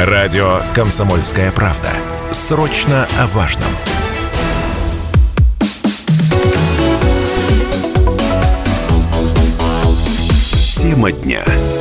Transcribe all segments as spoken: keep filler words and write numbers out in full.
Радио «Комсомольская правда». Срочно о важном. Тема дня.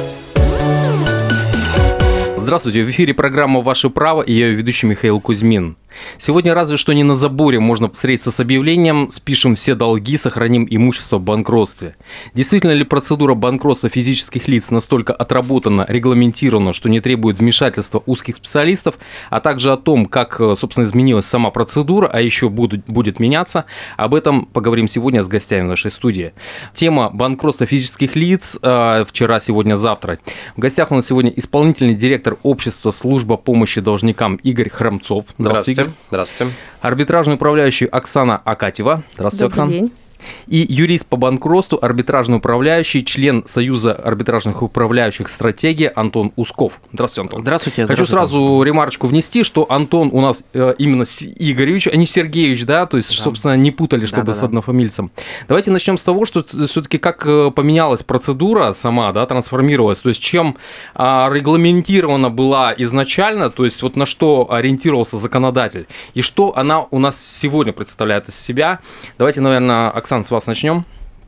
Здравствуйте, в эфире программа «Ваше право» и я ее ведущий Михаил Кузьмин. Сегодня разве что не на заборе можно встретиться с объявлением «Спишем все долги, сохраним имущество в банкротстве». Действительно ли процедура банкротства физических лиц настолько отработана, регламентирована, что не требует вмешательства узких специалистов, а также о том, как, собственно, изменилась сама процедура, а еще будет, будет меняться, об этом поговорим сегодня с гостями нашей студии. Тема банкротства физических лиц вчера, сегодня, завтра. В гостях у нас сегодня исполнительный директор общества «Служба помощи должникам» Игорь Хромцов. Здравствуйте. Здравствуйте. Арбитражный управляющий Оксана Акатьева. Здравствуйте, Добрый Оксана. день. И юрист по банкротству, арбитражный управляющий, член Союза арбитражных управляющих «Стратегия» Антон Усков. Здравствуйте, Антон. Здравствуйте. Хочу здравствуйте. сразу ремарочку внести, что Антон у нас э, именно Игоревич, а не Сергеевич, да, то есть, да. собственно, не путали что-то да, да, с однофамильцем. Да. Давайте начнем с того, что все-таки как поменялась процедура сама, да, трансформировалась, то есть чем а, регламентирована была изначально, то есть вот на что ориентировался законодатель, и что она у нас сегодня представляет из себя. Давайте, наверное, Оксана, с вас начнем.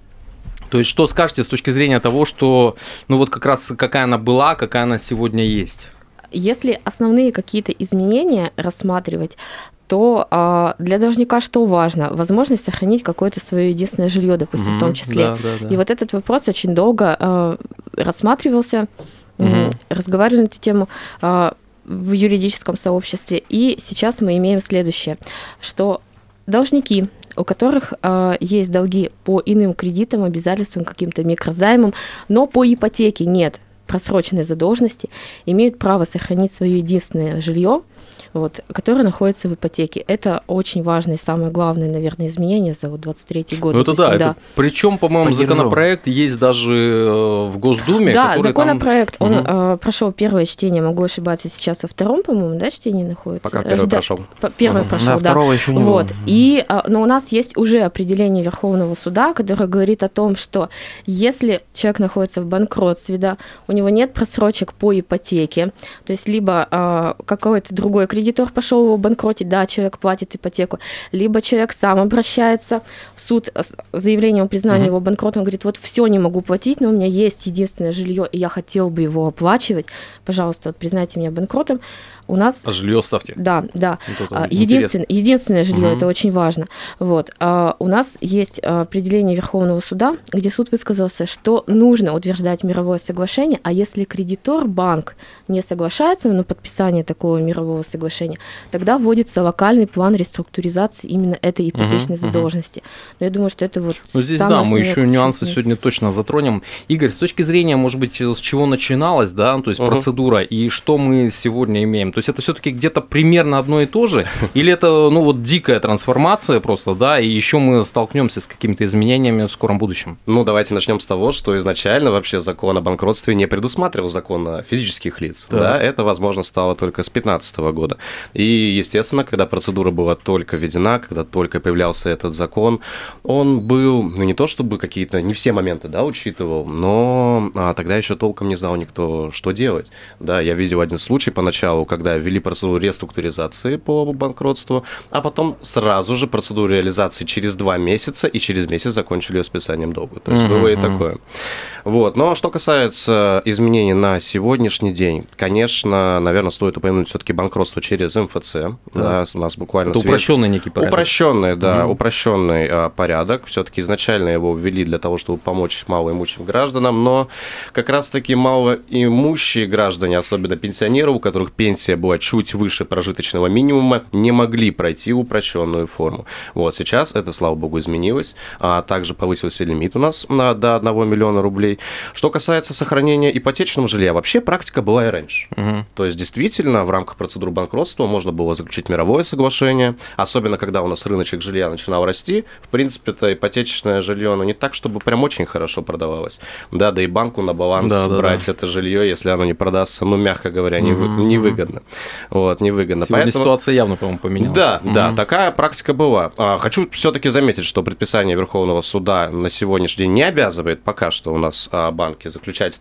То есть, что скажете с точки зрения того, что, ну вот как раз какая она была, какая она сегодня есть? Если основные какие-то изменения рассматривать, то а, для должника что важно? Возможность сохранить какое-то свое единственное жилье, допустим, mm-hmm. в том числе. Да, да, да. И вот этот вопрос очень долго а, рассматривался, mm-hmm. разговаривали на эту тему а, в юридическом сообществе. И сейчас мы имеем следующее, что должники, у которых э, есть долги по иным кредитам, обязательствам, каким-то микрозаймам, но по ипотеке нет просроченной задолженности, имеют право сохранить свое единственное жилье, вот, которое находится в ипотеке. Это очень важное и самое главное, наверное, изменение за вот двадцать третий год. Ну это допустим, да, да. Это, причем, по-моему, Поддержу. Законопроект есть даже в Госдуме. Да, законопроект, там... он угу. э, прошел первое чтение, могу ошибаться, сейчас во втором, по-моему, да, чтении находится? Пока первый да, прошел. Первый угу. прошел, да. да. Второго еще не вот. было. И, но у нас есть уже определение Верховного суда, которое говорит о том, что если человек находится в банкротстве, да, у него нет просрочек по ипотеке, то есть либо э, какой-то другой кредитор пошел его банкротить, да, человек платит ипотеку, либо человек сам обращается в суд с заявлением о признании mm-hmm. его банкротом, он говорит, вот все не могу платить, но у меня есть единственное жилье, и я хотел бы его оплачивать, пожалуйста, вот признайте меня банкротом. У нас... А жилье ставьте. Да, да. Вот Единственное, единственное жилье, угу. это очень важно. Вот. А у нас есть определение Верховного суда, где суд высказался, что нужно утверждать мировое соглашение, а если кредитор, банк, не соглашается на подписание такого мирового соглашения, тогда вводится локальный план реструктуризации именно этой ипотечной угу, задолженности. Но я думаю, что это вот... Ну, здесь, да, мы еще нюансы сегодня точно затронем. Игорь, с точки зрения, может быть, с чего начиналась, да, то есть угу. процедура, и что мы сегодня имеем? То есть это все-таки где-то примерно одно и то же? Или это, ну, вот дикая трансформация просто, да, и еще мы столкнемся с какими-то изменениями в скором будущем? Ну, давайте начнем с того, что изначально вообще закон о банкротстве не предусматривал закон о физических лиц. Да. Да, это, возможно, стало только с две тысячи пятнадцатого года. И, естественно, когда процедура была только введена, когда только появлялся этот закон, он был, ну, не то чтобы какие-то, не все моменты, да, учитывал, но а, тогда еще толком не знал никто, что делать. Да, я видел один случай поначалу, когда ввели процедуру реструктуризации по банкротству, а потом сразу же процедуру реализации через два месяца, и через месяц закончили ее списанием долга. То есть uh-huh, было и uh-huh. такое. Вот. Но что касается изменений на сегодняшний день, конечно, наверное, стоит упомянуть все-таки банкротство через эм эф цэ. Uh-huh. Да, у нас буквально... Это свет... упрощенный некий порядок. Упрощенный, да, uh-huh. упрощенный а, порядок. Все-таки изначально его ввели для того, чтобы помочь малоимущим гражданам, но как раз-таки малоимущие граждане, особенно пенсионеры, у которых пенсия была чуть выше прожиточного минимума, не могли пройти упрощенную форму. Вот сейчас это, слава богу, изменилось. А также повысился лимит у нас на, до одного миллиона рублей. Что касается сохранения ипотечного жилья, вообще практика была и раньше. Угу. То есть действительно в рамках процедур банкротства можно было заключить мировое соглашение, особенно когда у нас рыночек жилья начинал расти. В принципе, это ипотечное жилье, но не так, чтобы прям очень хорошо продавалось. Да, да и банку на баланс да, брать да, да. это жилье, если оно не продастся, ну, мягко говоря, угу, невыгодно. Вот, невыгодно. Сегодня Поэтому... ситуация явно, по-моему, поменялась. Да, mm-hmm. да, такая практика была. Хочу все-таки заметить, что предписание Верховного суда на сегодняшний день не обязывает пока что у нас банки заключать это мировое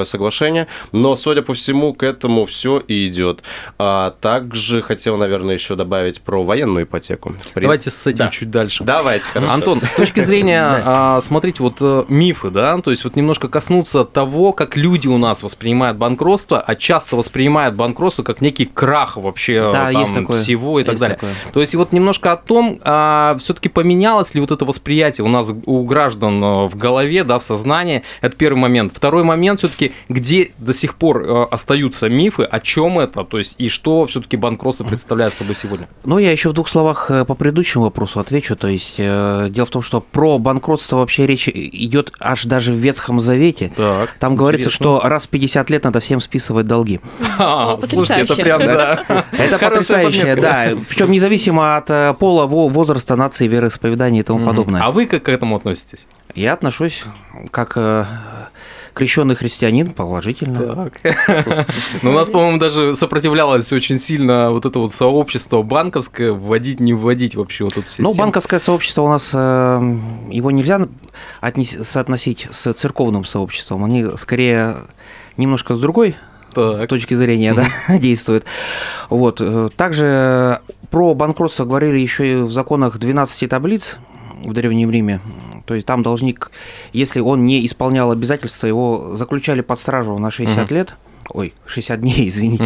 соглашение, но, судя по всему, к этому все и идет. А также хотел, наверное, еще добавить про военную ипотеку. Давайте с этим да. чуть дальше. Давайте, хорошо. Антон, с точки зрения, смотрите, вот мифы, да, то есть вот немножко коснуться того, как люди у нас воспринимают банкротство, а часто воспринимают банкротство как некий крах вообще да, там, есть такое. всего и так есть далее. Такое. То есть вот немножко о том, а, все-таки поменялось ли вот это восприятие у нас у граждан в голове, да, в сознании. Это первый момент. Второй момент все-таки, где до сих пор остаются мифы, о чем это, то есть и что все-таки банкротство представляет собой сегодня. Ну, я еще в двух словах по предыдущему вопросу отвечу. То есть э, дело в том, что про банкротство вообще речь идет аж даже в Ветхом Завете. Так, Там интересно. говорится, что раз в пятьдесят лет надо всем списывать долги. А, слушайте, это прям, да. Это потрясающе, да. Причем независимо от пола, возраста, нации, вероисповедания и тому подобное. А вы как к этому относитесь? Я отношусь как э, крещенный христианин положительно. Так. Но у нас, по-моему, даже сопротивлялось очень сильно вот это вот сообщество банковское, вводить, не вводить вообще вот эту систему. Ну, банковское сообщество у нас, э, его нельзя отнес, соотносить с церковным сообществом. Они скорее немножко с другой так. точки зрения да, действуют. Вот. Также про банкротство говорили еще и в законах двенадцати таблиц в Древнем Риме. То есть там должник, если он не исполнял обязательства, его заключали под стражу на шестьдесят лет. Ой, шестьдесят дней, извините.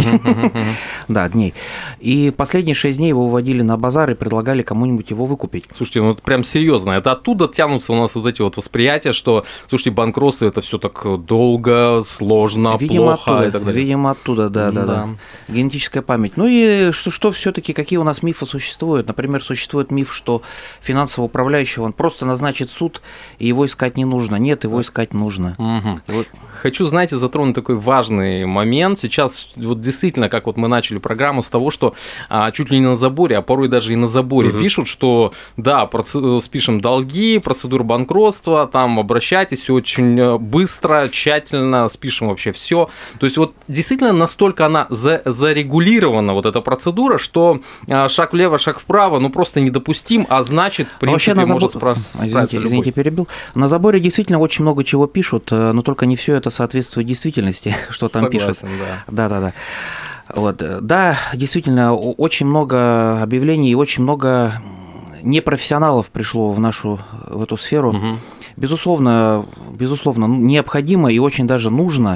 Да, дней. И последние шесть дней его выводили на базар и предлагали кому-нибудь его выкупить. Слушайте, ну это прям серьезно. Это оттуда тянутся у нас вот эти вот восприятия, что, слушайте, банкротство это все так долго, сложно, видимо, плохо оттуда, и так далее. Видимо, оттуда, да, да, да. да. Генетическая память. Ну и что, что все-таки, какие у нас мифы существуют? Например, существует миф, что финансовый управляющий, он просто назначит суд, и его искать не нужно. Нет, его искать нужно. Угу. Вот. Хочу, знаете, затронуть такой важный момент. Сейчас вот действительно, как вот мы начали программу с того, что а, чуть ли не на заборе, а порой даже и на заборе угу. пишут, что да, проц... спишем долги, процедура банкротства, там обращайтесь очень быстро, тщательно, спишем вообще все. То есть вот действительно настолько она за... зарегулирована, вот эта процедура, что а, шаг влево, шаг вправо, ну просто недопустим, а значит, в принципе, на может забор... справиться извините, любой. Извините, перебил. На заборе действительно очень много чего пишут, но только не все это соответствует действительности, что там Согласен, пишут. Да. Да, да, да. Вот. Да, действительно, очень много объявлений и очень много непрофессионалов пришло в нашу в эту сферу. Угу. Безусловно, безусловно, необходимо и очень даже нужно,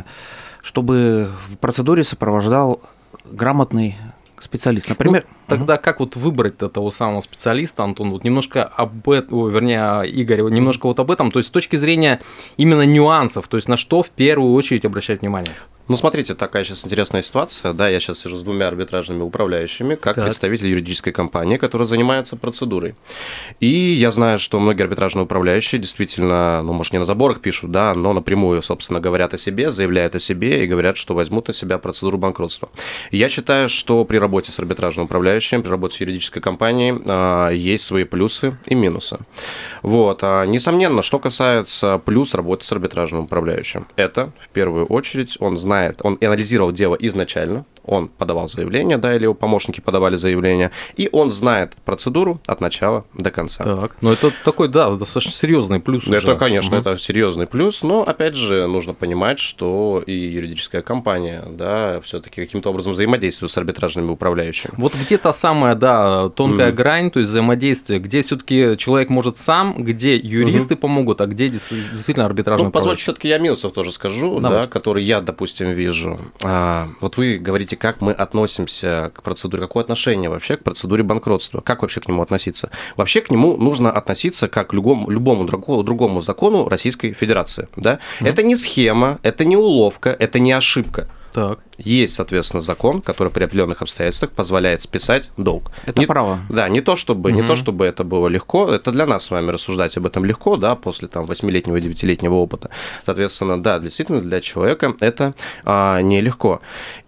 чтобы в процедуре сопровождал грамотный специалист. Например, ну, тогда как вот выбрать того самого специалиста, Антон, вот немножко об этом, вернее, Игорь, немножко вот об этом, то есть с точки зрения именно нюансов, то есть на что в первую очередь обращать внимание? Ну, смотрите, такая сейчас интересная ситуация. Да, я сейчас сижу с двумя арбитражными управляющими, как так. представитель юридической компании, которая занимается процедурой. И я знаю, что многие арбитражные управляющие действительно, ну, может, не на заборах пишут, да, но напрямую, собственно, говорят о себе, заявляют о себе и говорят, что возьмут на себя процедуру банкротства. Я считаю, что при работе с арбитражным управляющим, при работе с юридической компанией а, есть свои плюсы и минусы. Вот. А, несомненно, что касается плюс работы с арбитражным управляющим, это, в первую очередь, он знает, он анализировал дело изначально, он подавал заявление, да, или его помощники подавали заявление, и он знает процедуру от начала до конца. Так, ну это такой, да, достаточно серьезный плюс. Это, уже. конечно, угу. это серьезный плюс, но, опять же, нужно понимать, что и юридическая компания, да, все-таки каким-то образом взаимодействует с арбитражными управляющими. Вот где та самая, да, тонкая mm. грань, то есть взаимодействие, где все-таки человек может сам, где юристы mm-hmm. помогут, а где действительно арбитражный ну, управляющий. Позвольте, все-таки я минусов тоже скажу, Давайте. да, которые я, допустим, вижу. А, вот вы говорите, как мы относимся к процедуре, какое отношение вообще к процедуре банкротства, как вообще к нему относиться? Вообще к нему нужно относиться как к любому, любому другому, другому закону Российской Федерации. Да? Mm-hmm. Это не схема, это не уловка, это не ошибка. Так. Есть, соответственно, закон, который при определенных обстоятельствах позволяет списать долг. Это не, право. Да, не то, чтобы, угу. не то, чтобы это было легко, это для нас с вами рассуждать об этом легко, да, после там восьмилетнего, девятилетнего опыта. Соответственно, да, действительно, для человека это а, нелегко.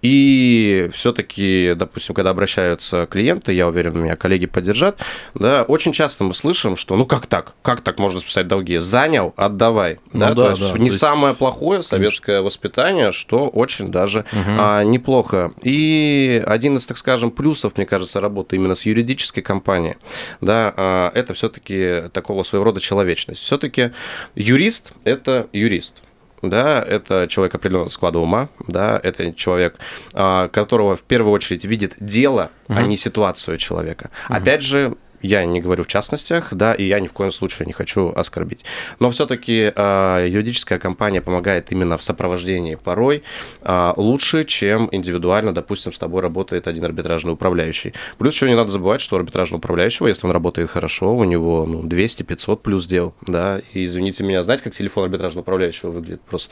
И все-таки, допустим, когда обращаются клиенты, я уверен, меня коллеги поддержат, да, очень часто мы слышим, что ну как так, как так можно списать долги? Занял, отдавай. Ну, да, да, то есть да, не то есть... самое плохое советское Конечно. воспитание, что очень даже угу. а, неплохо. И один из, так скажем, плюсов, мне кажется, работы именно с юридической компанией, да, а, это все-таки такого своего рода человечность. Все-таки юрист – это юрист. да, это человек определенного склада ума, да, это человек, которого в первую очередь видит дело, uh-huh. а не ситуацию человека. Uh-huh. Опять же, я не говорю в частностях, да, и я ни в коем случае не хочу оскорбить. Но все-таки э, юридическая компания помогает именно в сопровождении порой э, лучше, чем индивидуально, допустим, с тобой работает один арбитражный управляющий. Плюс еще не надо забывать, что у арбитражного управляющего, если он работает хорошо, у него ну, двести-пятьсот плюс дел, да, и извините меня, знаете, как телефон арбитражного управляющего выглядит? Просто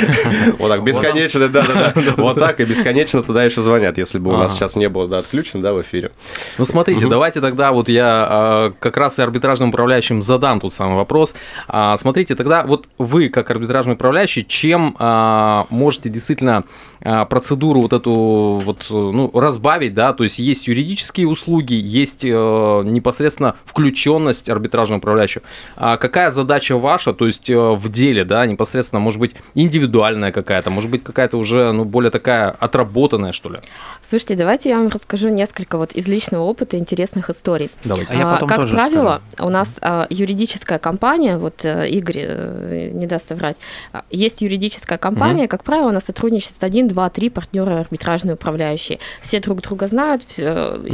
вот так бесконечно, да-да-да, вот так и бесконечно туда еще звонят, если бы у нас сейчас не было отключено, да, в эфире. Ну, смотрите, давайте тогда вот я как раз и арбитражным управляющим задам тут самый вопрос. Смотрите, тогда вот вы, как арбитражный управляющий, чем можете действительно процедуру вот эту вот, ну, разбавить, да, то есть есть юридические услуги, есть непосредственно включенность арбитражного управляющего. А какая задача ваша, то есть в деле, да, непосредственно, может быть, индивидуальная какая-то, может быть, какая-то уже, ну, более такая отработанная, что ли? Слушайте, давайте я вам расскажу несколько вот из личного опыта интересных историй. Давайте. А я потом как тоже правило, скажу. У нас а, юридическая компания, вот Игорь а, не даст соврать, есть юридическая компания, угу. как правило, она сотрудничает с один, два, три партнера арбитражные управляющие. Все друг друга знают, все, угу,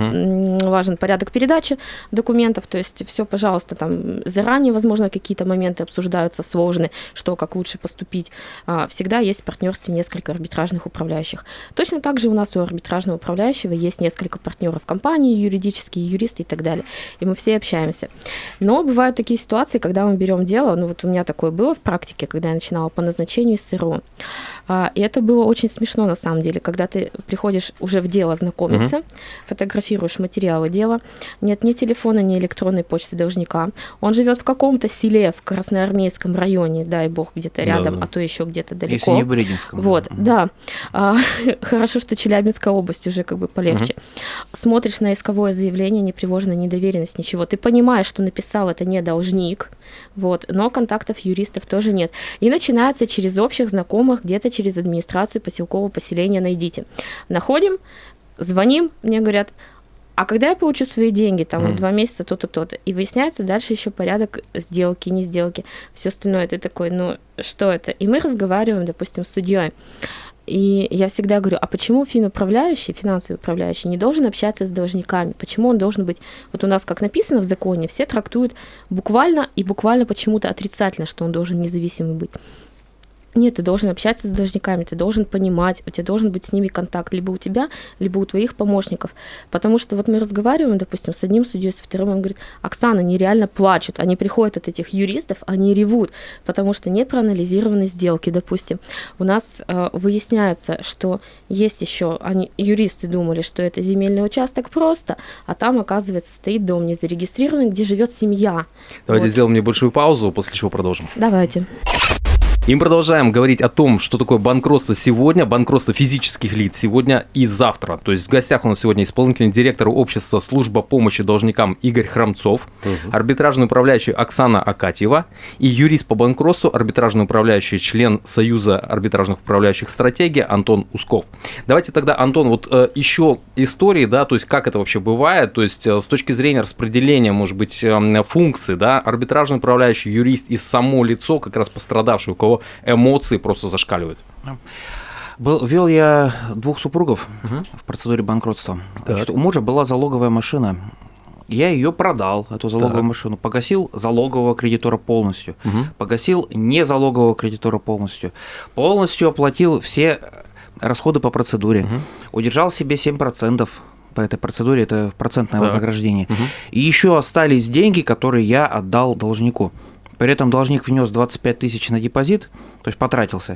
угу. важен порядок передачи документов, то есть все, пожалуйста, там заранее, возможно, какие-то моменты обсуждаются сложные, что, как лучше поступить. А, всегда есть в партнерстве несколько арбитражных управляющих. Точно так же у нас у арбитражного управляющего есть несколько партнеров компании, юридические, юристы и так далее. И мы все общаемся. Но бывают такие ситуации, когда мы берем дело, ну вот у меня такое было в практике, когда я начинала по назначению из СРО. А, и это было очень смешно на самом деле, когда ты приходишь уже в дело знакомиться, угу. фотографируешь материалы дела, нет ни телефона, ни электронной почты должника. Он живет в каком-то селе в Красноармейском районе, дай бог, где-то рядом, да, да. а то еще где-то далеко. Если не в Брединском. Вот, да. да. А, хорошо, что Челябинская область уже как бы полегче. Угу. Смотришь на исковое заявление, не привожена недоверенность, ничего. Ты понимаешь, что написал это не должник, вот, но контактов юристов тоже нет. И начинается через общих знакомых, где-то через администрацию поселкового поселения найдите. Находим, звоним, мне говорят, а когда я получу свои деньги, там, mm. два месяца, то-то, то-то. И выясняется дальше еще порядок сделки, не сделки, все остальное. Ты такой, ну, что это? И мы разговариваем, допустим, с судьей. И я всегда говорю, а почему финуправляющий, финансовый управляющий не должен общаться с должниками? Почему он должен быть... Вот у нас, как написано в законе, все трактуют буквально и буквально почему-то отрицательно, что он должен независимый быть. Нет, ты должен общаться с должниками, ты должен понимать, у тебя должен быть с ними контакт, либо у тебя, либо у твоих помощников. Потому что вот мы разговариваем, допустим, с одним судьей, с вторым, он говорит, Оксана, они реально плачут, они приходят от этих юристов, они ревут, потому что не проанализированы сделки, допустим. У нас э, выясняется, что есть еще, они, юристы думали, что это земельный участок просто, а там, оказывается, стоит дом незарегистрированный, где живет семья. Давайте вот. Сделаем небольшую паузу, после чего продолжим. Давайте. И мы продолжаем говорить о том, что такое банкротство сегодня, банкротство физических лиц сегодня и завтра. То есть в гостях у нас сегодня исполнительный директор общества «Служба помощи должникам» Игорь Хромцов, угу. арбитражный управляющий Оксана Акатьева и юрист по банкротству, арбитражный управляющий, член Союза арбитражных управляющих «Стратегия» Антон Усков. Давайте тогда, Антон, вот э, еще истории, да, то есть как это вообще бывает, то есть э, с точки зрения распределения, может быть, э, функций, да, арбитражный управляющий, юрист и само лицо, как раз пострадавшее, у кого эмоции просто зашкаливают. Был, вел я двух супругов угу. в процедуре банкротства. Значит, у мужа была залоговая машина. Я ее продал, эту залоговую так. машину, погасил залогового кредитора полностью, угу. погасил незалогового кредитора полностью, полностью оплатил все расходы по процедуре, угу. удержал себе семь процентов по этой процедуре, это процентное так. вознаграждение. Угу. И еще остались деньги, которые я отдал должнику. При этом должник внес двадцать пять тысяч на депозит, то есть потратился.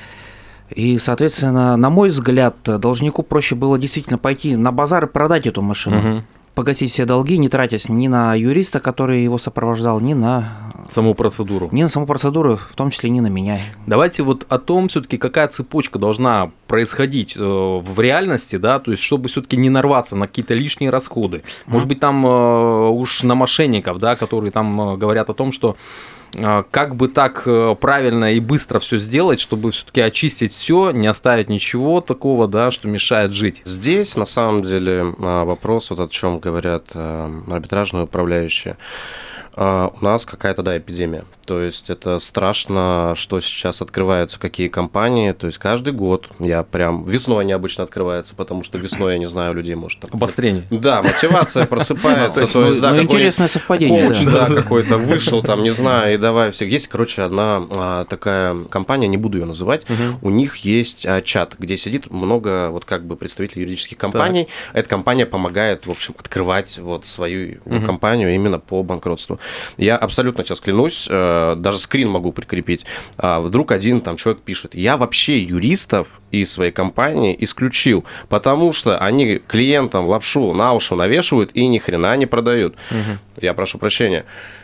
И, соответственно, на мой взгляд, должнику проще было действительно пойти на базар и продать эту машину, угу. погасить все долги, не тратясь ни на юриста, который его сопровождал, ни на... саму процедуру. Ни на саму процедуру, в том числе ни на меня. Давайте вот о том, все-таки какая цепочка должна происходить в реальности, да, то есть чтобы все-таки не нарваться на какие-то лишние расходы. Может быть, там уж на мошенников, да, которые там говорят о том, что как бы так правильно и быстро все сделать, чтобы все-таки очистить все, не оставить ничего такого, да, что мешает жить. Здесь, на самом деле, вопрос, вот о чем говорят арбитражные управляющие. А, у нас какая-то, да, эпидемия. То есть это страшно, что сейчас открываются какие компании. То есть каждый год я прям... Весной они обычно открываются, потому что весной, я не знаю, людей может... Там, обострение. Да, мотивация просыпается. То есть, ну, интересное совпадение. Коуч, да, какой-то вышел там, не знаю, и давай всех. Есть, короче, одна а, такая компания, не буду ее называть, угу. У них есть а, чат, где сидит много вот как бы представителей юридических компаний. Так. Эта компания помогает, в общем, открывать вот свою угу. компанию именно по банкротству. Я абсолютно сейчас клянусь, даже скрин могу прикрепить. Вдруг один там человек пишет: я вообще юристов из своей компании исключил, потому что они клиентам лапшу на уши навешивают и ни хрена не продают. Угу. Я прошу прощения.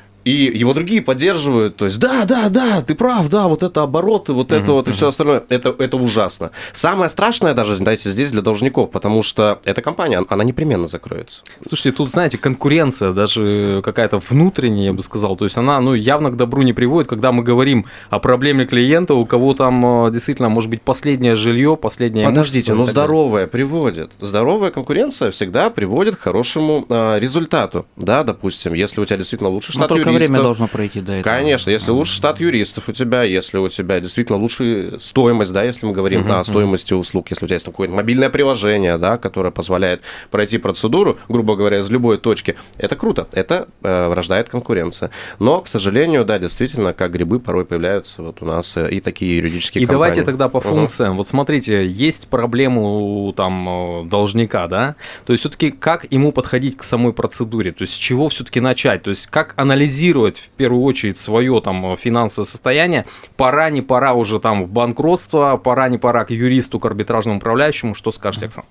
И его другие поддерживают, то есть, да, да, да, ты прав, да, вот это обороты, вот это uh-huh, вот и uh-huh. все остальное, это, это ужасно. Самое страшное даже, знаете, здесь для должников, потому что эта компания, она непременно закроется. Слушайте, тут, знаете, конкуренция даже какая-то внутренняя, я бы сказал, то есть она, ну, явно к добру не приводит, когда мы говорим о проблеме клиента, у кого там действительно, может быть, последнее жилье, последнее Подождите, но здоровая приводит. Здоровая конкуренция всегда приводит к хорошему э, результату, да, допустим, если у тебя действительно лучше штат юристов. Время должно пройти до этого. Конечно, если лучше штат юристов у тебя, если у тебя действительно лучше стоимость, да, если мы говорим uh-huh, о стоимости uh-huh. услуг, если у тебя есть какое-то мобильное приложение, да, которое позволяет пройти процедуру, грубо говоря, из любой точки, это круто, это э, рождает конкуренция. Но, к сожалению, да, действительно, как грибы порой появляются вот у нас и такие юридические и компании. И давайте тогда по функциям. Uh-huh. Вот смотрите, есть проблема у там должника, да, то есть все-таки как ему подходить к самой процедуре, то есть с чего все-таки начать, то есть как анализировать в первую очередь свое там финансовое состояние, пора, не пора уже там в банкротство, пора, не пора к юристу, к арбитражному управляющему, что скажете, Оксана?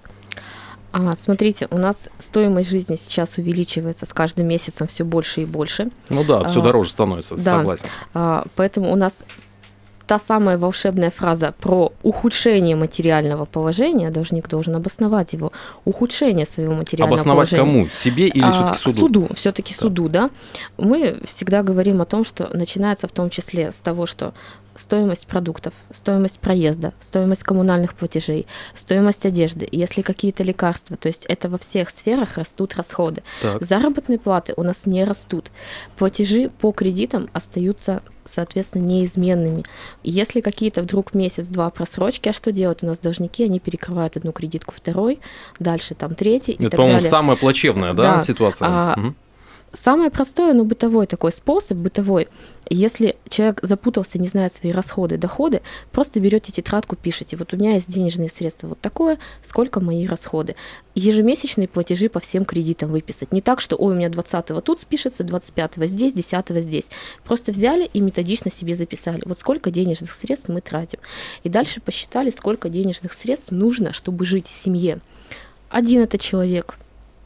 А, смотрите, у нас стоимость жизни сейчас увеличивается с каждым месяцем все больше и больше. Ну да, все а, дороже становится, да, согласен. А, поэтому у нас та самая волшебная фраза про ухудшение материального положения, должник должен обосновать его, ухудшение своего материального обосновать положения. Обосновать кому? Себе или а, все-таки суду? Суду, все-таки да. суду, да. Мы всегда говорим о том, что начинается в том числе с того, что стоимость продуктов, стоимость проезда, стоимость коммунальных платежей, стоимость одежды, если какие-то лекарства, то есть это во всех сферах растут расходы. Так. Заработные платы у нас не растут, платежи по кредитам остаются, соответственно, неизменными. Если какие-то вдруг месяц-два просрочки, а что делают у нас должники? Они перекрывают одну кредитку второй, дальше там третий и это, так по-моему, далее. Самая плачевная, да, да. ситуация? А, угу. Самое простое, но бытовой такой способ, бытовой. Если человек запутался, не знает свои расходы, доходы, просто берете тетрадку, пишите, вот у меня есть денежные средства вот такое, сколько мои расходы. Ежемесячные платежи по всем кредитам выписать. Не так, что ой, у меня двадцатого тут спишется, двадцать пятого здесь, десятого здесь. Просто взяли и методично себе записали, вот сколько денежных средств мы тратим. И дальше посчитали, сколько денежных средств нужно, чтобы жить в семье. Один это человек.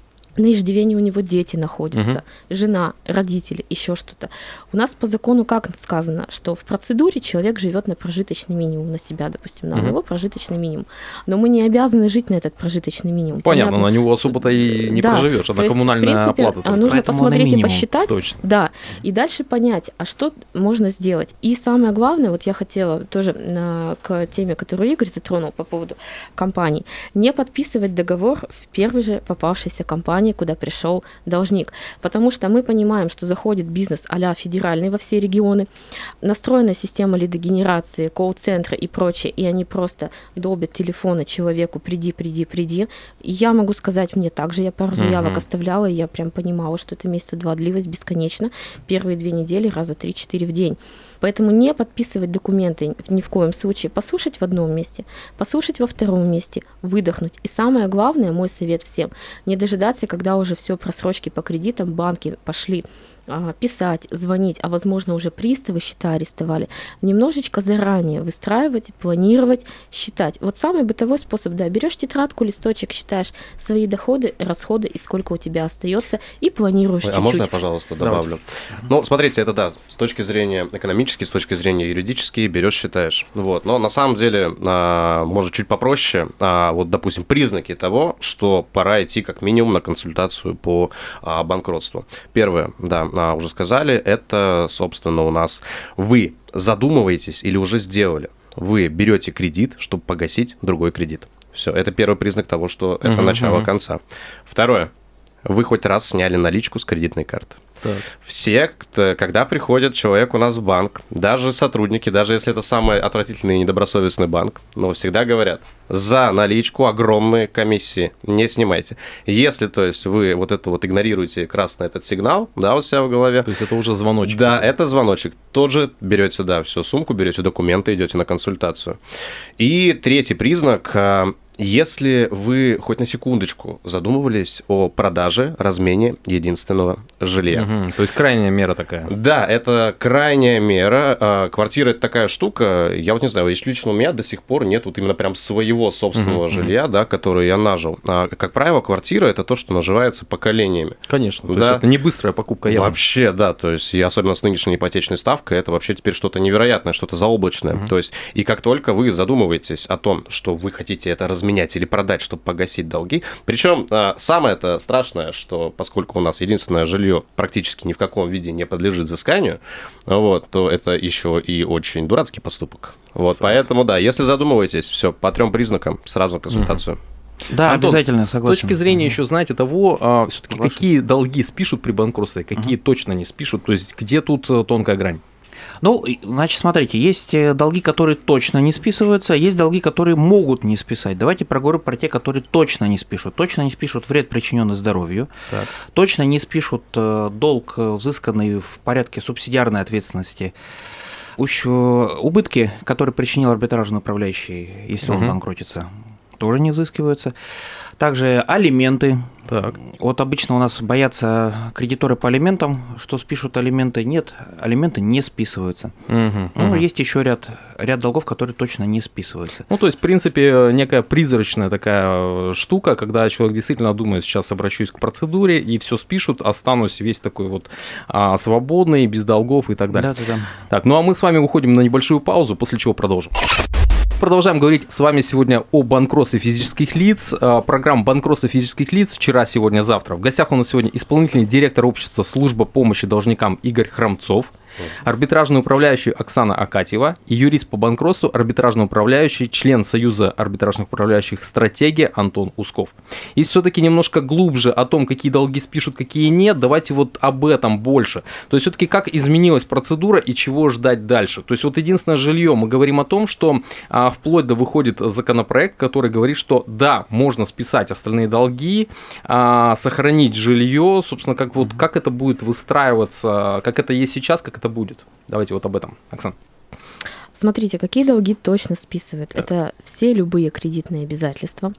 На иждивении у него дети находятся, uh-huh. жена, родители, еще что-то. У нас по закону как сказано, что в процедуре человек живет на прожиточный минимум, на себя, допустим, на uh-huh. него прожиточный минимум. Но мы не обязаны жить на этот прожиточный минимум. Понятно, Понятно. На него особо-то и не да. проживешь, а на коммунальная есть, принципе, оплата. Нужно Поэтому посмотреть и посчитать. Точно. Да, и дальше понять, а что можно сделать. И самое главное, вот я хотела тоже на, к теме, которую Игорь затронул по поводу компаний, не подписывать договор в первой же попавшейся компании, куда пришел должник. Потому что мы понимаем, что заходит бизнес а-ля федеральный во все регионы, настроена система лидогенерации, колл-центра и прочее, и они просто долбят телефоны человеку «приди, приди, приди». И я могу сказать, мне также, я пару заявок uh-huh. оставляла, и я прям понимала, что это месяца два длилось бесконечно, первые две недели раза три-четыре в день. Поэтому не подписывать документы ни в коем случае, послушать в одном месте, послушать во втором месте, выдохнуть. И самое главное, мой совет всем, не дожидаться, когда уже все просрочки по кредитам, банки пошли а, писать, звонить, а возможно уже приставы счета арестовали. Немножечко заранее выстраивать, планировать, считать. Вот самый бытовой способ, да, берешь тетрадку, листочек, считаешь свои доходы, расходы и сколько у тебя остается, и планируешь Ой, чуть-чуть. А можно я, пожалуйста, добавлю? Давайте. Ну, смотрите, это да, с точки зрения экономической, с точки зрения юридической, берешь, считаешь. Вот. Но на самом деле, а, может, чуть попроще, а, вот, допустим, признаки того, что пора идти как минимум на консультацию по а, банкротству. Первое, да, а, уже сказали, это, собственно, у нас вы задумываетесь или уже сделали. Вы берете кредит, чтобы погасить другой кредит. Все, это первый признак того, что это uh-huh, начало uh-huh. конца. Второе. Вы хоть раз сняли наличку с кредитной карты. Так. Все, кто, когда приходит человек у нас в банк, даже сотрудники, даже если это самый отвратительный и недобросовестный банк, но всегда говорят, за наличку огромные комиссии не снимайте. Если, то есть, вы вот это вот игнорируете красный этот сигнал, да, у себя в голове. То есть это уже звоночек. Да, это звоночек. Тот же берете, да, всю сумку, берете документы, идете на консультацию. И третий признак. Если вы хоть на секундочку задумывались о продаже, размене единственного жилья. Угу, то есть крайняя мера такая. Да, это крайняя мера. Квартира – это такая штука, я вот не знаю, если лично у меня до сих пор нет вот именно прям своего собственного uh-huh, жилья, uh-huh. да, которое я нажил. А, как правило, квартира – это то, что наживается поколениями. Конечно, да. То есть это не быстрая покупка явно. Вообще, да, то есть и особенно с нынешней ипотечной ставкой, это вообще теперь что-то невероятное, что-то заоблачное. Uh-huh. То есть и как только вы задумываетесь о том, что вы хотите это разменять, менять или продать, чтобы погасить долги. Причем самое это страшное, что поскольку у нас единственное жилье практически ни в каком виде не подлежит взысканию, вот, то это еще и очень дурацкий поступок. Вот, поэтому, да, если задумываетесь, все, по трем признакам сразу на консультацию. Угу. Да, Антон, обязательно, согласен. С точки зрения угу. еще, знаете, того, а, все-таки согласен. Какие долги спишут при банкротстве, какие угу. точно не спишут, то есть где тут тонкая грань? Ну, значит, смотрите, есть долги, которые точно не списываются, есть долги, которые могут не списать. Давайте проговорим про те, которые точно не спишут. Точно не спишут вред, причиненный здоровью, так. Точно не спишут долг, взысканный в порядке субсидиарной ответственности, убытки, которые причинил арбитражный управляющий, если угу. он банкротится, тоже не взыскиваются. Также алименты. Так. Вот обычно у нас боятся кредиторы по алиментам, что спишут алименты. Нет, алименты не списываются. Угу, ну, угу. Есть еще ряд, ряд долгов, которые точно не списываются. Ну, то есть, в принципе, некая призрачная такая штука, когда человек действительно думает, сейчас обращусь к процедуре, и все спишут, останусь весь такой вот а, свободный, без долгов и так далее. Да, да, да. Так, ну а мы с вами уходим на небольшую паузу, после чего продолжим. Продолжаем говорить с вами сегодня о банкротстве физических лиц. Программа банкротства физических лиц вчера, сегодня, завтра. В гостях у нас сегодня исполнительный директор общества «Служба помощи должникам» Игорь Хромцов, арбитражный управляющий Оксана Акатьева и юрист по банкротству, арбитражный управляющий, член Союза арбитражных управляющих «Стратегия» Антон Усков. И все-таки немножко глубже о том, какие долги спишут, какие нет, давайте вот об этом больше. То есть все-таки как изменилась процедура и чего ждать дальше. То есть вот единственное жилье, мы говорим о том, что а, вплоть до выходит законопроект, который говорит, что да, можно списать остальные долги, а, сохранить жилье, собственно, как, вот, как это будет выстраиваться, как это есть сейчас, как это будет. Давайте вот об этом. Оксана. Смотрите, какие долги точно списывают. Так. Это все любые кредитные обязательства,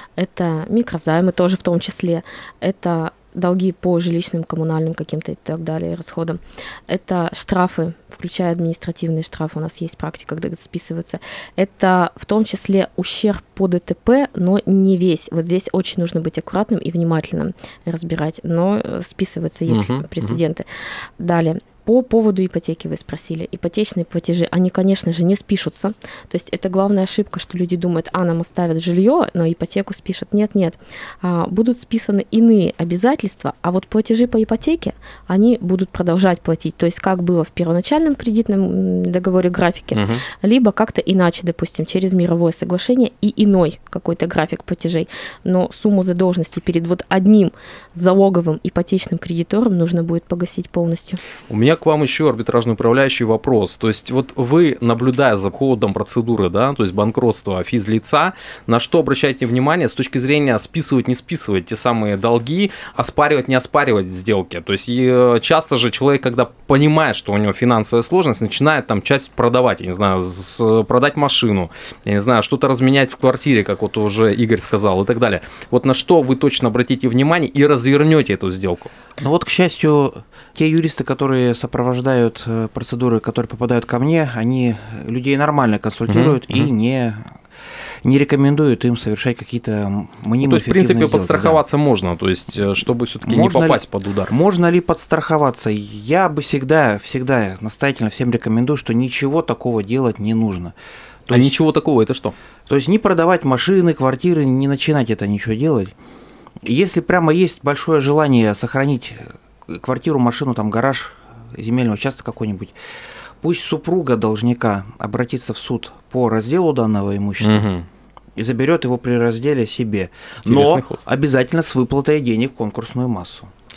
это микрозаймы тоже в том числе, это долги по жилищным, коммунальным каким-то и так далее расходам, это штрафы, включая административные штрафы, у нас есть практика, когда списываются, это в том числе ущерб по ДТП, но не весь. Вот здесь очень нужно быть аккуратным и внимательным разбирать, но списываются, есть uh-huh, прецеденты. Uh-huh. Далее. По поводу ипотеки вы спросили. Ипотечные платежи, они, конечно же, не спишутся. То есть это главная ошибка, что люди думают, а, нам оставят жилье, но ипотеку спишут. Нет, нет. А, будут списаны иные обязательства, а вот платежи по ипотеке, они будут продолжать платить. То есть как было в первоначальном кредитном договоре графике, угу. либо как-то иначе, допустим, через мировое соглашение и иной какой-то график платежей. Но сумму задолженности перед вот одним залоговым ипотечным кредитором нужно будет погасить полностью. У меня к вам еще арбитражный управляющий вопрос. То есть вот вы, наблюдая за ходом процедуры, да, то есть банкротства физлица, на что обращаете внимание с точки зрения списывать, не списывать те самые долги, оспаривать, не оспаривать сделки? То есть и часто же человек, когда понимает, что у него финансовая сложность, начинает там часть продавать, я не знаю, с, продать машину, я не знаю, что-то разменять в квартире, как вот уже Игорь сказал, и так далее. Вот на что вы точно обратите внимание и развернете эту сделку? Ну вот, к счастью, те юристы, которые сопровождают процедуры, которые попадают ко мне, они людей нормально консультируют mm-hmm. и не, не рекомендуют им совершать какие-то мнимые ну, то есть, в принципе, сделки, подстраховаться да. можно, то есть, чтобы все-таки не попасть ли, под удар. Можно ли подстраховаться? Я бы всегда, всегда настоятельно всем рекомендую, что ничего такого делать не нужно. То а есть, ничего такого, это что? То есть не продавать машины, квартиры, не начинать это ничего делать. Если прямо есть большое желание сохранить квартиру, машину, там гараж, земельный участок какой-нибудь, пусть супруга должника обратится в суд по разделу данного имущества угу. и заберет его при разделе себе, но обязательно с выплатой денег в конкурсную массу.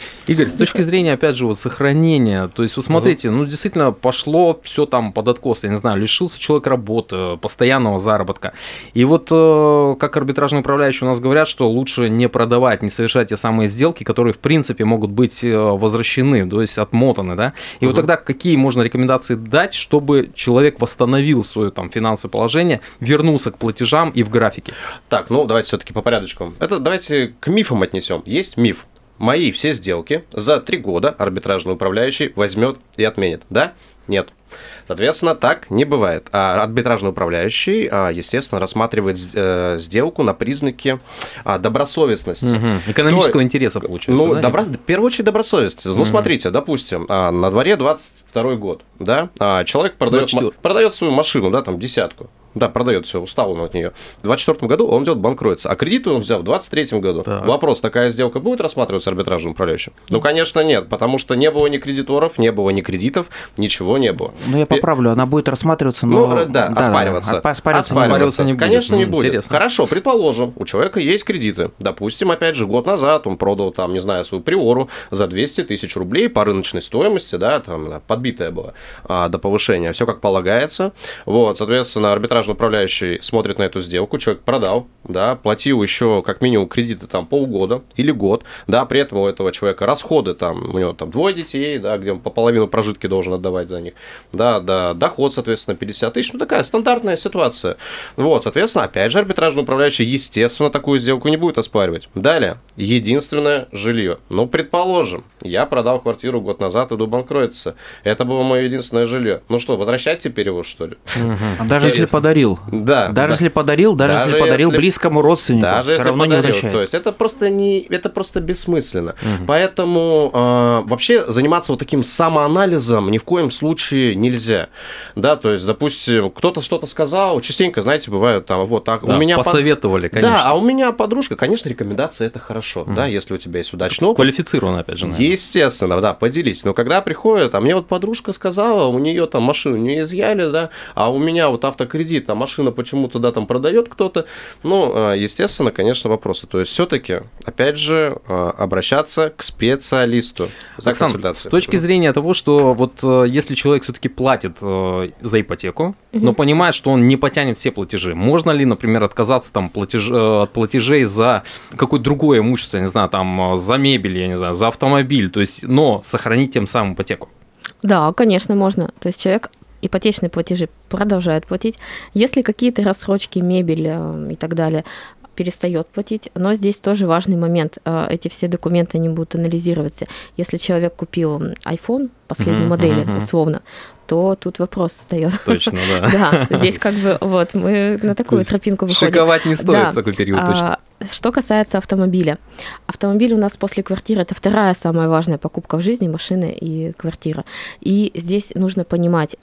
Игорь, с точки зрения, опять же, вот сохранения, то есть, вы смотрите, ну, действительно, пошло все там под откос, я не знаю, лишился человек работы, постоянного заработка. И вот, как арбитражные управляющие у нас говорят, что лучше не продавать, не совершать те самые сделки, которые, в принципе, могут быть возвращены, то есть отмотаны, да? И угу. вот тогда какие можно рекомендации дать, чтобы человек восстановил свое там финансовое положение, вернулся к платежам и в графике? Так, ну, давайте все-таки по порядочку. Это давайте к мифам отнесем. Есть миф. Мои все сделки за три года арбитражный управляющий возьмет и отменит. Да? Нет. Соответственно, так не бывает. А арбитражный управляющий, естественно, рассматривает сделку на признаки добросовестности. Угу. Экономического То, интереса, получается. Ну, да? добро... в первую очередь, добросовестности. Угу. Ну, смотрите, допустим, на дворе двадцать второй год, да, человек продает, продает свою машину, да, там, десятку. Да, продает все, устал он от нее. В двадцать четвёртом году он идет банкротиться, а кредиты он взял в двадцать третьем году. Так. Вопрос, такая сделка будет рассматриваться арбитражным управляющим? Ну, конечно, нет, потому что не было ни кредиторов, не было ни кредитов, ничего не было. Ну, я поправлю, она будет рассматриваться, но... Ну, да, да оспариваться. Да, оспариваться, оспариваться не будет. Конечно, не будет. Интересно. Хорошо, предположим, у человека есть кредиты. Допустим, опять же, год назад он продал, там, не знаю, свою приору за двести тысяч рублей по рыночной стоимости, да, там, подбитая была а, до повышения, все как полагается. Вот, соответственно, арбитражный управляющий смотрит на эту сделку, человек продал, да, платил еще как минимум кредиты там полгода или год, да, при этом у этого человека расходы там, у него там двое детей, да, где он по половину прожитки должен отдавать за них, да, да, доход, соответственно, пятьдесят тысяч, ну, такая стандартная ситуация. Вот, соответственно, опять же, арбитражный управляющий, естественно, такую сделку не будет оспаривать. Далее, единственное жилье. Ну, предположим, я продал квартиру год назад, иду банкротиться. Это было мое единственное жилье. Ну что, возвращать теперь его, что ли? А даже если подарил. Да. Даже да. если подарил, даже, даже если подарил если... близкому родственнику, даже все равно подарил. Не возвращает. То есть это просто не, это просто бессмысленно. Угу. Поэтому э, вообще заниматься вот таким самоанализом ни в коем случае нельзя. Да, то есть, допустим, кто-то что-то сказал, частенько, знаете, бывает там вот так. Да, у меня посоветовали, под... конечно. Да, а у меня подружка, конечно, рекомендация это хорошо, угу. да, если у тебя есть удачный опыт. Квалифицирован, опять же. Наверное. Естественно, да, поделись. Но когда приходят, а мне вот подружка сказала, у нее там машину не изъяли, да, а у меня вот автокредит, а машина почему-то, да, там продает кто-то, ну, естественно, конечно, вопросы. То есть, все-таки, опять же, обращаться к специалисту за Оксан, консультацией. С точки зрения того, что вот если человек все-таки платит за ипотеку, угу. но понимает, что он не потянет все платежи, можно ли, например, отказаться там платеж, от платежей за какое-то другое имущество, я не знаю, там за мебель, я не знаю, за автомобиль, то есть, но сохранить тем самым ипотеку? Да, конечно, можно. То есть человек ипотечные платежи продолжает платить. Если какие-то рассрочки, мебель и так далее перестает платить, но здесь тоже важный момент. Эти все документы не будут анализироваться. Если человек купил iPhone последней mm-hmm, модели, mm-hmm. условно, то тут вопрос встает. Точно, да. Да, здесь как бы вот мы на такую тропинку выходим. Шиковать не стоит в такой период, точно. Что касается автомобиля. Автомобиль у нас после квартиры – это вторая самая важная покупка в жизни, машина и квартира. И здесь нужно понимать,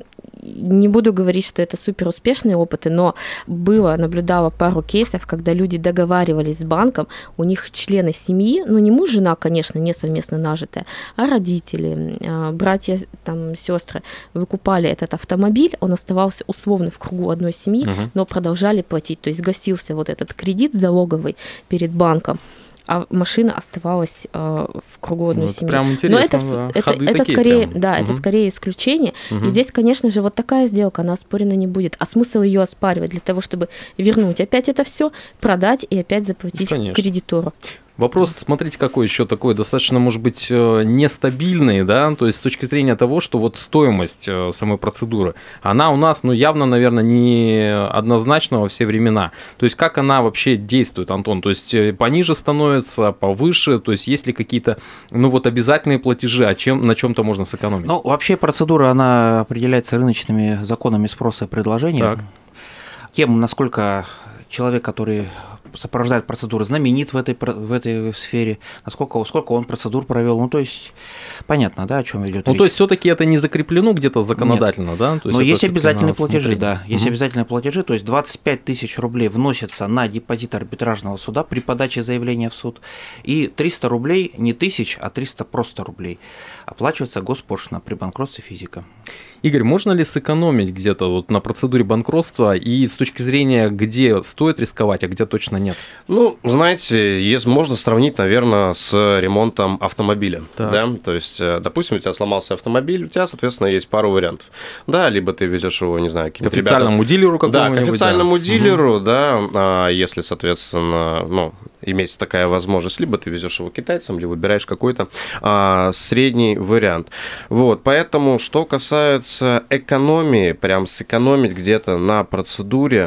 не буду говорить, что это супер успешные опыты, но было, наблюдала пару кейсов, когда люди договаривались с банком, у них члены семьи, ну не муж, жена, конечно, не совместно нажитая, а родители, братья, там, сестры выкупали этот автомобиль, он оставался условно в кругу одной семьи, uh-huh. но продолжали платить, то есть гасился вот этот кредит залоговый перед банком, а машина оставалась э, в кругу одной ну, семьи. Прям интересно, Но это, да. это, это такие скорее, прям. да, угу. это скорее исключение. Угу. И здесь, конечно же, вот такая сделка, она оспорена не будет. А смысл ее оспаривать для того, чтобы вернуть опять это все, продать и опять заплатить конечно. Кредитору. Вопрос, смотрите, какой еще такой достаточно, может быть, нестабильный, да, то есть с точки зрения того, что вот стоимость самой процедуры, она у нас, ну, явно, наверное, не однозначна во все времена. То есть как она вообще действует, Антон? То есть пониже становится, повыше, то есть есть ли какие-то, ну, вот обязательные платежи, а чем, на чем-то можно сэкономить? Ну, вообще процедура, она определяется рыночными законами спроса и предложения. Так. Тем, насколько человек, который сопровождает процедуру, знаменит в этой, в этой сфере, насколько сколько он процедур провел. Ну, то есть, понятно, да, о чем идет ну, речь. То есть, все-таки это не закреплено где-то законодательно, Нет. да? То есть но есть обязательные платежи, смотреть. да. Есть угу. обязательные платежи, то есть двадцать пять тысяч рублей вносятся на депозит арбитражного суда при подаче заявления в суд, и триста рублей, не тысяч, а триста просто рублей, оплачивается госпошлина при банкротстве физика. Игорь, можно ли сэкономить где-то вот на процедуре банкротства и с точки зрения, где стоит рисковать, а где точно нет? Ну, знаете, есть, можно сравнить, наверное, с ремонтом автомобиля. Да? То есть, допустим, у тебя сломался автомобиль, у тебя, соответственно, есть пару вариантов. Да, либо ты везешь его, не знаю, к официальному ребята... дилеру какому-нибудь. Да, к официальному да. дилеру, угу. да, если, соответственно, ну, имеется такая возможность, либо ты везешь его китайцам, либо выбираешь какой-то а, средний вариант. Вот, поэтому, что касается экономии, прям сэкономить где-то на процедуре,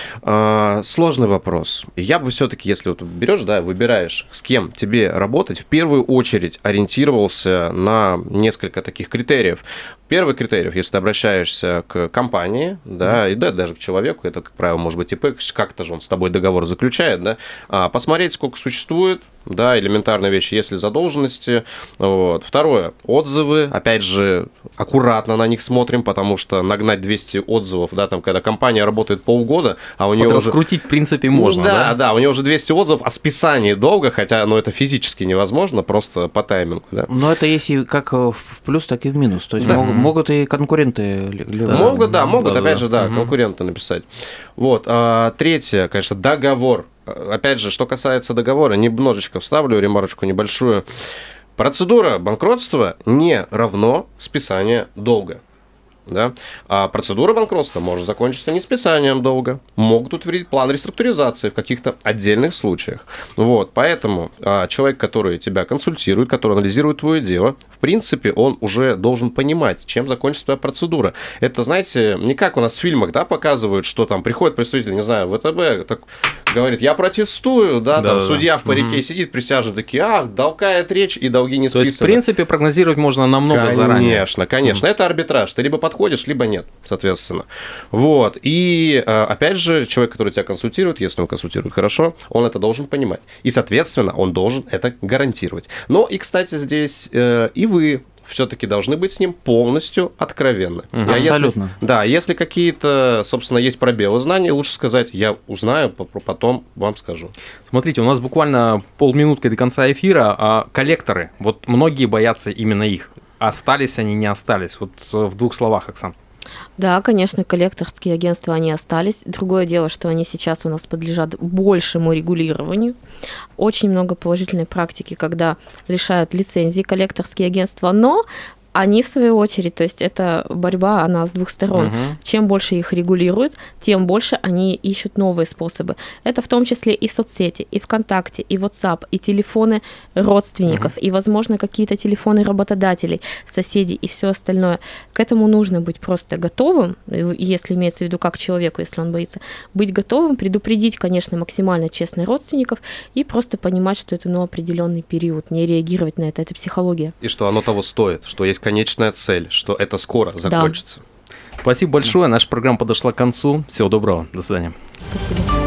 а, сложный вопрос. Я бы все-таки, если вот берешь, да, выбираешь, с кем тебе работать, в первую очередь ориентировался на несколько таких критериев. Первый критерий, если ты обращаешься к компании, да, и да, даже к человеку, это, как правило, может быть ИП, как-то же он с тобой договор заключает, да, посмотреть, сколько существует, да, элементарные вещи, есть ли задолженности. Вот. Второе, отзывы, опять же, аккуратно на них смотрим, потому что нагнать двести отзывов, да, там, когда компания работает полгода, а у нее уже... раскрутить, в принципе, можно, ну, да? Да, да, у нее уже двести отзывов о списании долга, хотя, ну, это физически невозможно, просто по таймингу, да. Но это есть и как в плюс, так и в минус, то есть да. могут, могут и конкуренты... Да. Могут, да, могут, да, опять да. же, да, угу. конкуренты написать. Вот, а, третье, конечно, договор. Опять же, что касается договора, немножечко вставлю ремарочку небольшую. Процедура банкротства не равно списание долга. Да? А процедура банкротства может закончиться не списанием долга. Могут утвердить план реструктуризации в каких-то отдельных случаях. Вот, поэтому а, человек, который тебя консультирует, который анализирует твое дело, в принципе, он уже должен понимать, чем закончится твоя процедура. Это, знаете, не как у нас в фильмах, да, показывают, что там приходит представитель, не знаю, ВТБ, так, говорит, я протестую, да, да там да, судья да. в парике угу. сидит, присяжный, такие, а, долгает речь, и долги не списаны. То есть, в принципе, прогнозировать можно намного конечно, заранее. Конечно, конечно. Угу. Это арбитраж. Ты либо подходишь, либо нет, соответственно. Вот. И, опять же, человек, который тебя консультирует, если он консультирует хорошо, он это должен понимать. И, соответственно, он должен это гарантировать. Но и, кстати, здесь э, и вы все-таки должны быть с ним полностью откровенны. Угу, а абсолютно. Если, да, если какие-то, собственно, есть пробелы знаний, лучше сказать, я узнаю, потом вам скажу. Смотрите, у нас буквально полминутки до конца эфира. А коллекторы, вот многие боятся именно их. Остались они, не остались? Вот в двух словах, Оксан. Да, конечно, коллекторские агентства, они остались. Другое дело, что они сейчас у нас подлежат большему регулированию. Очень много положительной практики, когда лишают лицензии коллекторские агентства, но они, в свою очередь, то есть это борьба, она с двух сторон. Угу. Чем больше их регулируют, тем больше они ищут новые способы. Это в том числе и соцсети, и ВКонтакте, и WhatsApp, и телефоны родственников, угу. и, возможно, какие-то телефоны работодателей, соседей и все остальное. К этому нужно быть просто готовым, если имеется в виду как человеку, если он боится, быть готовым, предупредить, конечно, максимально честно родственников и просто понимать, что это, ну, определенный период, не реагировать на это, это психология. И что оно того стоит, что есть конечная цель, что это скоро закончится. Да. Спасибо большое. Наша программа подошла к концу. Всего доброго. До свидания. Спасибо.